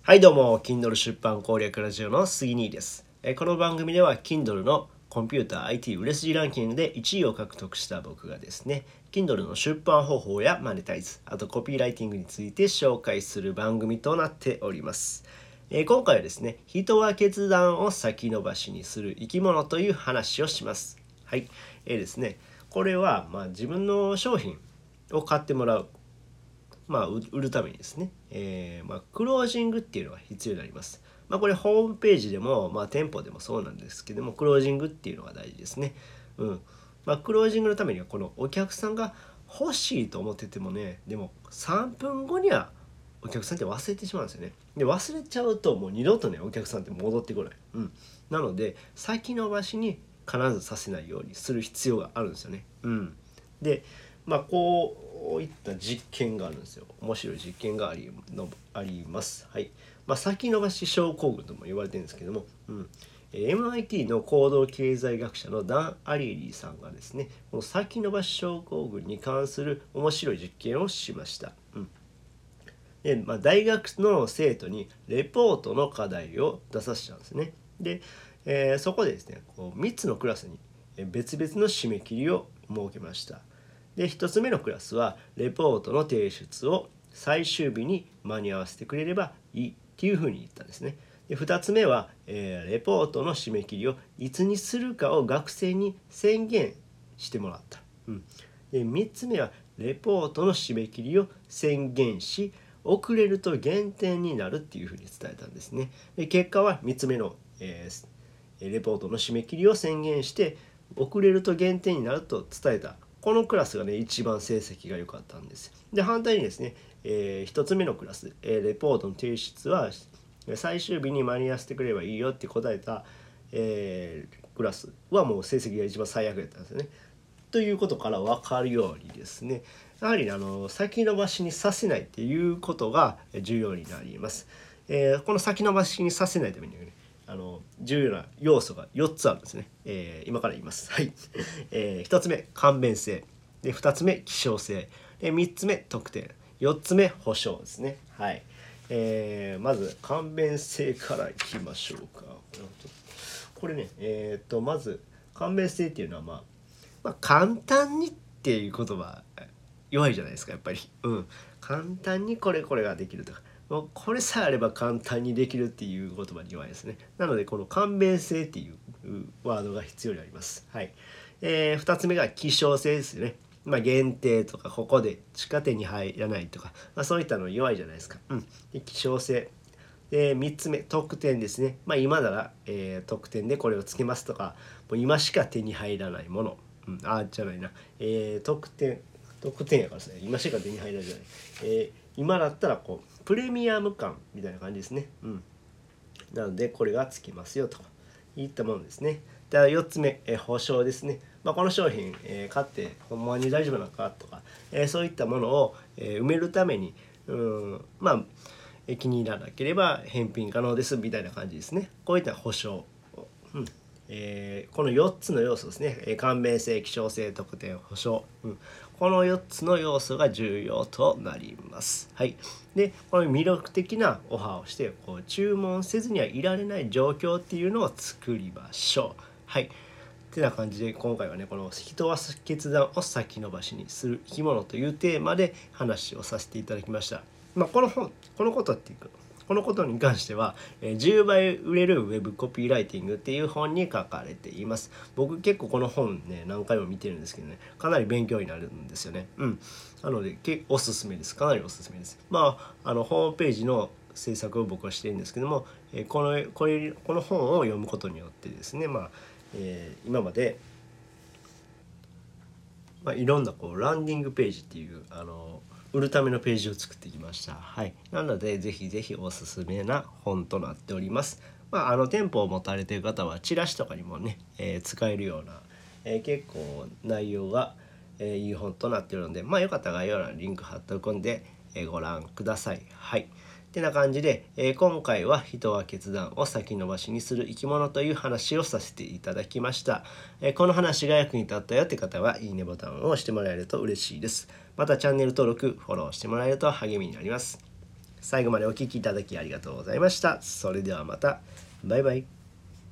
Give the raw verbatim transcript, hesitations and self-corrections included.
はいどうも Kindle 出版攻略ラジオの杉兄です。この番組では Kindle のコンピューター アイティー 売れ筋ランキングでいちいを獲得した僕がですね Kindle の出版方法やマネタイズ、あとコピーライティングについて紹介する番組となっております。今回はですね、人は決断を先延ばしにする生き物という話をします。はい、えー、ですねこれはまあ自分の商品を買ってもらう、まあ、売るためにですね、えーまあ、クロージングっていうのが必要になります。まあ、これホームページでも、まあ、店舗でもそうなんですけども、クロージングっていうのが大事ですね。うんまあ、クロージングのためにはこのお客さんが欲しいと思っててもね、でもさんぷんごにはお客さんって忘れてしまうんですよね。で忘れちゃうともう二度とねお客さんって戻ってこない。うん、なので先延ばしに必ずさせないようにする必要があるんですよね。うん、でまあこういった実験があるんですよ。面白い実験がありのあります。はい。まあ、先延ばし症候群とも言われてるんですけども、うん、エムアイティー の行動経済学者のダン・アリエリーさんがですね、この先延ばし症候群に関する面白い実験をしました。うんでまあ、大学の生徒にレポートの課題を出させたんですね。で、えー、そこでですね、こうみっつのクラスに別々の締め切りを設けました。でひとつめのクラスはレポートの提出を最終日に間に合わせてくれればいいっていうふうに言ったんですね。でふたつめは、えー、レポートの締め切りをいつにするかを学生に宣言してもらった。うん、でみっつめはレポートの締め切りを宣言し遅れると減点になるっていうふうに伝えたんですね。で結果はみっつめの、えー、レポートの締め切りを宣言して遅れると減点になると伝えたこのクラスがね一番成績が良かったんです。で反対にですね、えー、ひとつめのクラス、えー、レポートの提出は最終日に間に合わせてくればいいよって答えた、えー、クラスはもう成績が一番最悪だったんですよね。ということから分かるようにですね、やはりあの先延ばしにさせないっていうことが重要になります。えー、この先延ばしにさせないためにはね、あの重要な要素がよっつあるんですね。えー、今から言います。はい。えー、ひとつめ簡便性、でふたつめ希少性、でみっつめ特典、よっつめ保証ですね。はい。えー、まず簡便性からいきましょうか。これね、えー、とまず簡便性っていうのはまあまあ、簡単にっていう言葉弱いじゃないですかやっぱり、うん、簡単にこれこれができるとかもうこれさえあれば簡単にできるっていう言葉に弱いですね。なのでこの簡便性っていうワードが必要になります。はい。えー、ふたつめが希少性ですよね。まあ、限定とかここで地下店に入らないとか、まあ、そういったの弱いじゃないですか。うん、で希少性でみっつめ特典ですね。まあ、今なら、えー、特典でこれをつけますとかもう今しか手に入らないもの、うん、あじゃないな、えー、特典特典やからですね今しか手に入らないじゃない、えー、今だったらこうプレミアム感みたいな感じですね。うん、なのでこれがつきますよといったものですね。でよっつめ、えー、保証ですね。まあ、この商品、えー、買ってほんまに大丈夫なのかとか、えー、そういったものを、えー、埋めるためにうんまあ気に入らなければ返品可能ですみたいな感じですね。こういった保証、うんえー、このよっつの要素ですね。簡便性、希少性、特典、保証、うん、このよっつの要素が重要となります。はい、でこの魅力的なオファーをしてこう注文せずにはいられない状況っていうのを作りましょう。はいってな感じで今回はねこの人は決断を先延ばしにする生き物というテーマで話をさせていただきました。まあ、この本このことっていうかこのことに関しては、えー、じゅうばい売れるウェブコピーライティングっていう本に書かれています。僕結構この本ね何回も見てるんですけどねかなり勉強になるんですよね。うんなので結構おすすめです。かなりおすすめです。まああのホームページの制作を僕はしてるんですけども、えー、このこれこの本を読むことによってですねまあえー、今まで、まあ、いろんなこうランディングページっていうあの売るためのページを作ってきました。はい、なのでぜひぜひおすすめな本となっております。まあ、あの店舗を持たれている方はチラシとかにもね、えー、使えるような、えー、結構内容が、えー、いい本となっているので、まあ、よかったら概要欄にリンク貼っておくんで、えー、ご覧ください。はいってな感じで、えー、今回は人は決断を先延ばしにする生き物という話をさせていただきました。えー、この話が役に立ったよって方はいいねボタンを押してもらえると嬉しいです。またチャンネル登録、フォローしてもらえると励みになります。 最後までお聞きいただきありがとうございました。それではまた。バイバイ。